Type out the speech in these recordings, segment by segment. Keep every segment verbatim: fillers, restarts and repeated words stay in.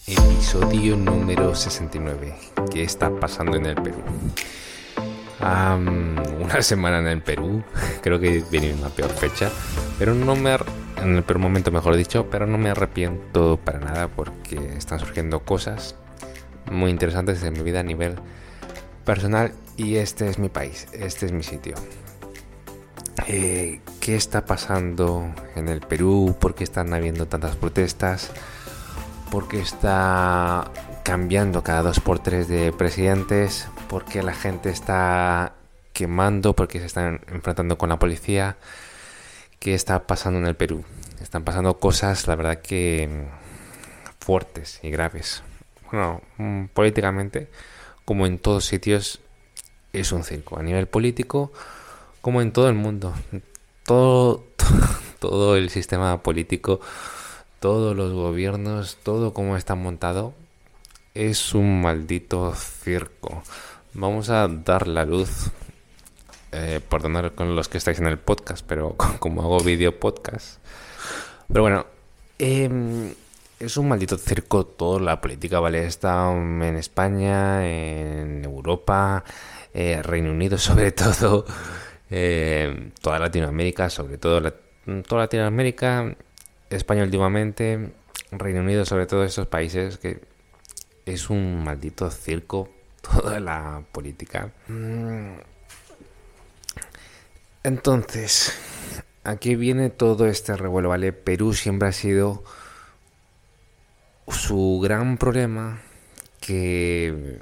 Episodio número sesenta y nueve. ¿Qué está pasando en el Perú? Um, una semana en el Perú. Creo que viene una peor fecha, pero no me ar- en el peor momento, mejor dicho, pero no me arrepiento para nada porque están surgiendo cosas muy interesantes en mi vida a nivel personal y este es mi país, este es mi sitio. Eh, ¿Qué está pasando en el Perú? ¿Por qué están habiendo tantas protestas? ¿Por qué está cambiando cada dos por tres de presidentes? ¿Por qué la gente está quemando? ¿Por qué se están enfrentando con la policía? ¿Qué está pasando en el Perú? Están pasando cosas, la verdad que fuertes y graves. Bueno, políticamente, como en todos sitios, es un circo. A nivel político, como en todo el mundo. Todo, todo el sistema político, todos los gobiernos, todo como está montado, es un maldito circo. Vamos a dar la luz, eh, perdonad con los que estáis en el podcast, pero como hago vídeo podcast. Pero bueno, eh, es un maldito circo toda la política, ¿vale? Está en España, en Europa, eh, Reino Unido sobre todo, eh, toda Latinoamérica, sobre todo la, toda Latinoamérica, España últimamente, Reino Unido, sobre todo esos países que es un maldito circo toda la política. Entonces, aquí viene todo este revuelo, ¿vale? Perú siempre ha sido su gran problema que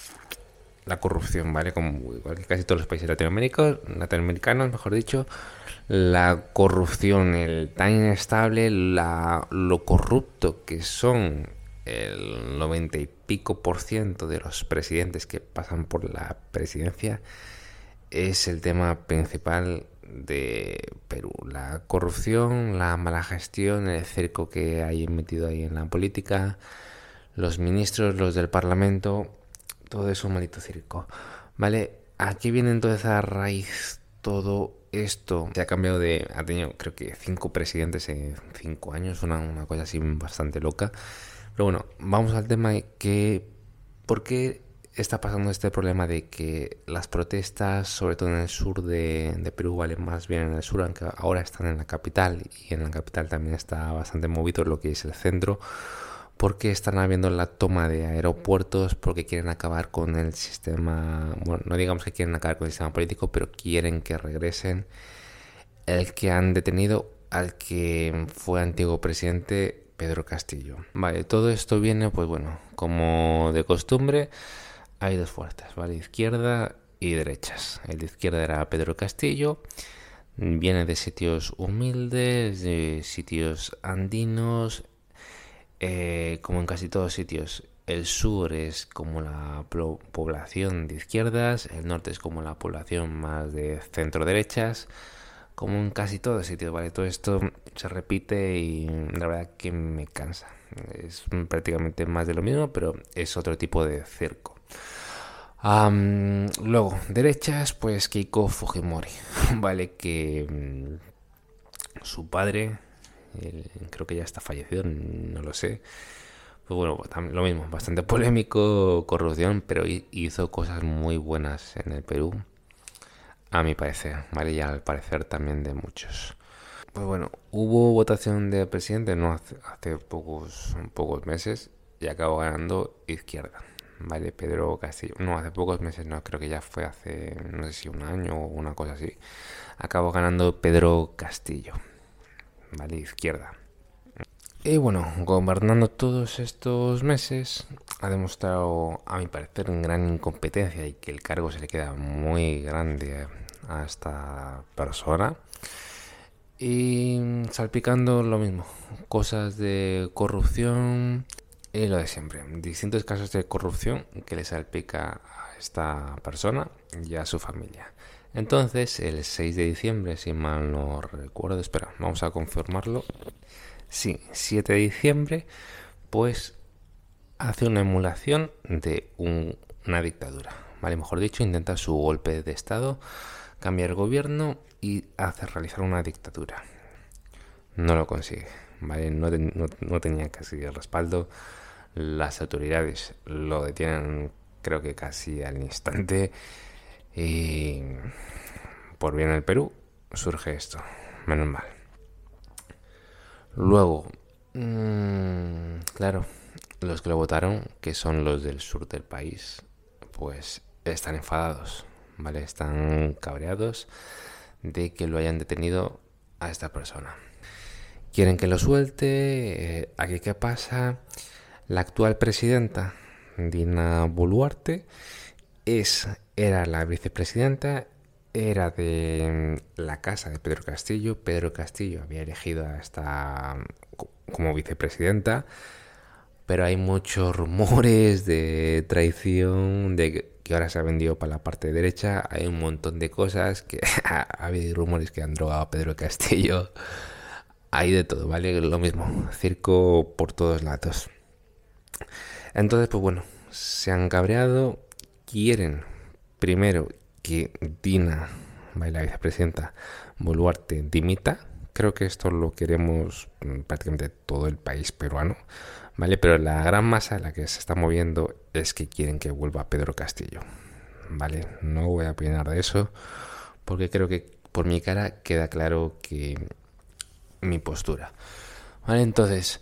la corrupción, ¿vale? Como igual que casi todos los países latinoamericanos, latinoamericanos, mejor dicho, la corrupción, el tan inestable, la, lo corrupto que son el noventa y pico por ciento de los presidentes que pasan por la presidencia, es el tema principal de Perú. La corrupción, la mala gestión, el circo que hay metido ahí en la política, los ministros, los del parlamento, todo eso un maldito circo. Vale, aquí viene entonces a raíz todo esto. Se ha cambiado de, ha tenido creo que cinco presidentes en cinco años, una, una cosa así bastante loca. Pero bueno, vamos al tema de que ¿por qué está pasando este problema de que las protestas, sobre todo en el sur de, de Perú, vale, más bien en el sur, aunque ahora están en la capital, y en la capital también está bastante movido lo que es el centro, porque están habiendo la toma de aeropuertos, porque quieren acabar con el sistema, bueno, no digamos que quieren acabar con el sistema político, pero quieren que regresen el que han detenido al que fue antiguo presidente Pedro Castillo. Vale, todo esto viene, pues bueno, como de costumbre, hay dos fuerzas, ¿vale? Izquierda y derechas. El de izquierda era Pedro Castillo, viene de sitios humildes, de sitios andinos, eh, como en casi todos sitios. El sur es como la pro- población de izquierdas, el norte es como la población más de centro-derechas, como en casi todos sitios, ¿vale? Todo esto se repite y la verdad que me cansa. Es prácticamente más de lo mismo, pero es otro tipo de circo. Um, luego, derechas, pues Keiko Fujimori, ¿vale? Que um, su padre, él, creo que ya está fallecido, no lo sé. Pues bueno, también lo mismo, bastante polémico, corrupción, pero hizo cosas muy buenas en el Perú, a mi parecer, ¿vale? Y al parecer también de muchos. Pues bueno, hubo votación de presidente no hace, hace pocos, pocos meses y acabó ganando izquierda, ¿vale? Pedro Castillo. No, hace pocos meses no, creo que ya fue hace, no sé si un año o una cosa así. Acabó ganando Pedro Castillo, ¿vale? Izquierda. Y bueno, gobernando todos estos meses ha demostrado, a mi parecer, en gran incompetencia y que el cargo se le queda muy grande a esta persona. Y salpicando lo mismo, cosas de corrupción y lo de siempre, distintos casos de corrupción que le salpica a esta persona y a su familia. Entonces, el seis de diciembre, si mal no recuerdo, espera, vamos a confirmarlo. Sí, siete de diciembre, pues hace una emulación de un, una dictadura, ¿vale? Mejor dicho, intenta su golpe de estado, cambiar el gobierno y hace realizar una dictadura. No lo consigue, ¿vale? No, no, no tenía casi el respaldo Las autoridades lo detienen, creo que casi al instante. Y por bien el Perú surge esto, menos mal. Luego, mmm, claro, los que lo votaron, que son los del sur del país, pues están enfadados, ¿vale? Están cabreados de que lo hayan detenido a esta persona. Quieren que lo suelte. Eh, ¿Aquí qué pasa? La actual presidenta, Dina Boluarte, es, era la vicepresidenta, era de la casa de Pedro Castillo. Pedro Castillo había elegido a esta como vicepresidenta, pero hay muchos rumores de traición, de que ahora se ha vendido para la parte derecha. Hay un montón de cosas que ha habido rumores que han drogado a Pedro Castillo. Hay de todo, ¿vale? Lo mismo, circo por todos lados. Entonces, pues bueno, se han cabreado, quieren primero que Dina, ¿vale?, la vicepresidenta Boluarte, dimita. Creo que esto lo queremos prácticamente todo el país peruano, ¿vale? Pero la gran masa, la que se está moviendo, es que quieren que vuelva Pedro Castillo, ¿vale? No voy a opinar de eso, porque creo que por mi cara queda claro que mi postura, ¿vale? Entonces,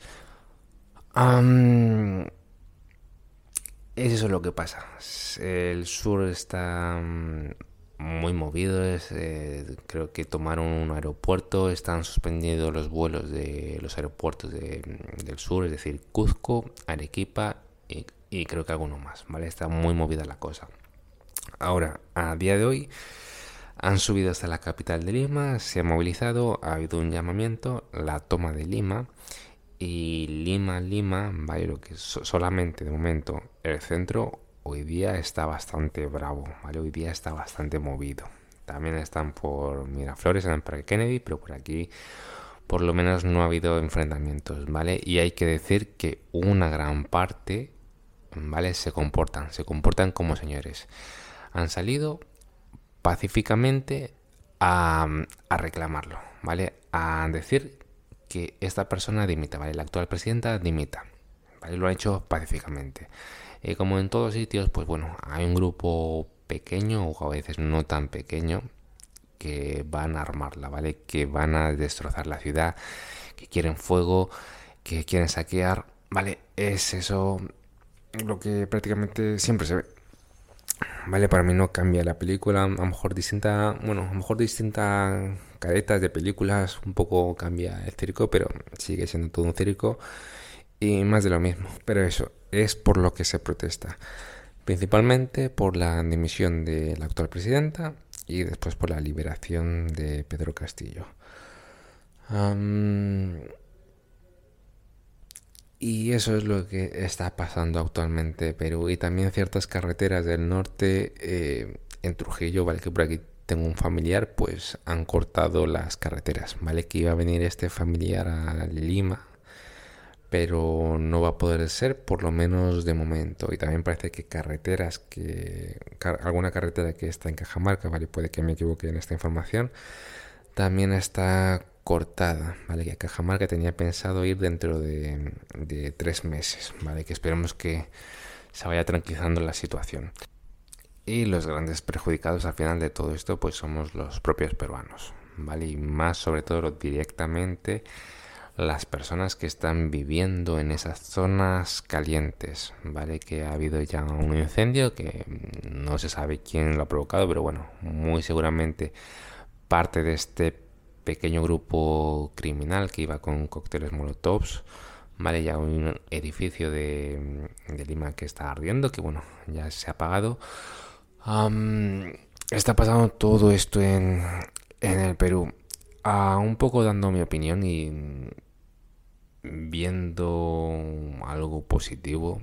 um, es eso lo que pasa. El sur está um, muy movido. Es, eh, creo que tomaron un aeropuerto, están suspendiendo los vuelos de los aeropuertos de, del sur, es decir, Cuzco, Arequipa y, y creo que alguno más, ¿vale? Está muy movida la cosa. Ahora, a día de hoy, han subido hasta la capital de Lima, se ha movilizado, ha habido un llamamiento, la toma de Lima. Y Lima, Lima, vale, lo que so- solamente de momento el centro hoy día está bastante bravo, ¿vale? Hoy día está bastante movido. También están por Miraflores, están por Kennedy, pero por aquí por lo menos no ha habido enfrentamientos, ¿vale? Y hay que decir que una gran parte, ¿vale?, se comportan, se comportan como señores. Han salido pacíficamente a, a reclamarlo, ¿vale? A decir que esta persona dimita, ¿vale? La actual presidenta dimita, ¿vale? Lo ha hecho pacíficamente. Eh, como en todos sitios, pues bueno, hay un grupo pequeño o a veces no tan pequeño que van a armarla, ¿vale? Que van a destrozar la ciudad, que quieren fuego, que quieren saquear, ¿vale? Es eso lo que prácticamente siempre se ve. Vale, para mí no cambia la película, a lo mejor distinta, bueno, a lo mejor distintas caretas de películas, un poco cambia el circo, pero sigue siendo todo un circo y más de lo mismo. Pero eso es por lo que se protesta, principalmente por la dimisión de la actual presidenta y después por la liberación de Pedro Castillo. Um, Y eso es lo que está pasando actualmente en Perú y también ciertas carreteras del norte. Eh, en Trujillo, vale, que por aquí tengo un familiar, pues han cortado las carreteras, vale, que iba a venir este familiar a Lima, pero no va a poder ser, por lo menos de momento. Y también parece que carreteras que car- alguna carretera que está en Cajamarca, vale, puede que me equivoque en esta información, también está cortada, ¿vale? Que a Cajamarca tenía pensado ir dentro de, de tres meses, ¿vale? Que esperemos que se vaya tranquilizando la situación. Y los grandes perjudicados al final de todo esto, pues somos los propios peruanos, ¿vale? Y más sobre todo directamente las personas que están viviendo en esas zonas calientes, ¿vale? Que ha habido ya un incendio que no se sabe quién lo ha provocado, pero bueno, muy seguramente parte de este pequeño grupo criminal que iba con cócteles molotovs, vale, ya un edificio de, de Lima que está ardiendo, que bueno, ya se ha apagado. Um, está pasando todo esto en, en el Perú. Uh, un poco dando mi opinión y viendo algo positivo,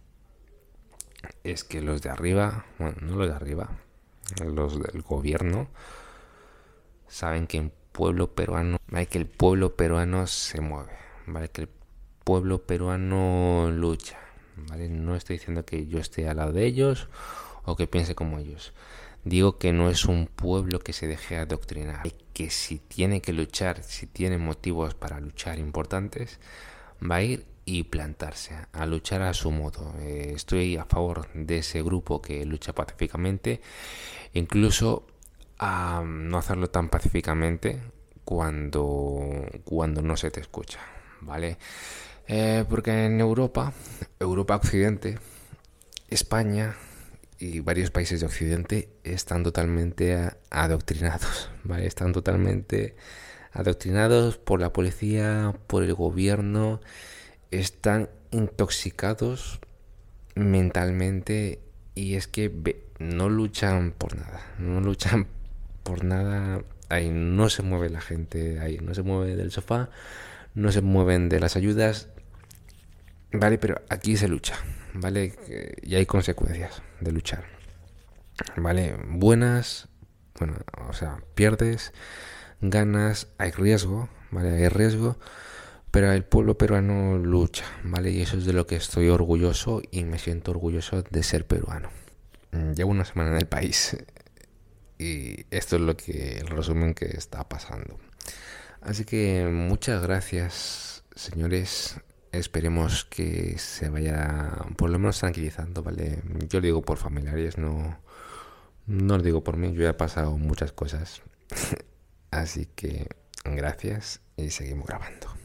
es que los de arriba, bueno, no los de arriba, los del gobierno, saben que el pueblo peruano, ¿vale?, que el pueblo peruano se mueve, ¿vale?, que el pueblo peruano lucha, ¿vale? No estoy diciendo que yo esté al lado de ellos o que piense como ellos. Digo que no es un pueblo que se deje adoctrinar, que si tiene que luchar, si tiene motivos para luchar importantes, va a ir y plantarse, a luchar a su modo. Eh, estoy a favor de ese grupo que lucha pacíficamente, incluso a no hacerlo tan pacíficamente cuando, cuando no se te escucha, ¿vale? Eh, porque en Europa, Europa Occidente, España y varios países de Occidente están totalmente adoctrinados, ¿vale? Están totalmente adoctrinados por la policía, por el gobierno, están intoxicados mentalmente y es que ve, no luchan por nada, no luchan por nada, ahí no se mueve la gente, ahí no se mueve del sofá, no se mueven de las ayudas, vale, pero aquí se lucha, vale, y hay consecuencias de luchar, vale, buenas, bueno, o sea, pierdes, ganas, hay riesgo, vale, hay riesgo, pero el pueblo peruano lucha, ¿vale? Y eso es de lo que estoy orgulloso y me siento orgulloso de ser peruano. Llevo una semana en el país y esto es lo que, el resumen que está pasando. Así que muchas gracias, señores. Esperemos que se vaya por lo menos tranquilizando, ¿vale? Yo lo digo por familiares, no, no lo digo por mí. Yo ya he pasado muchas cosas. Así que gracias y seguimos grabando.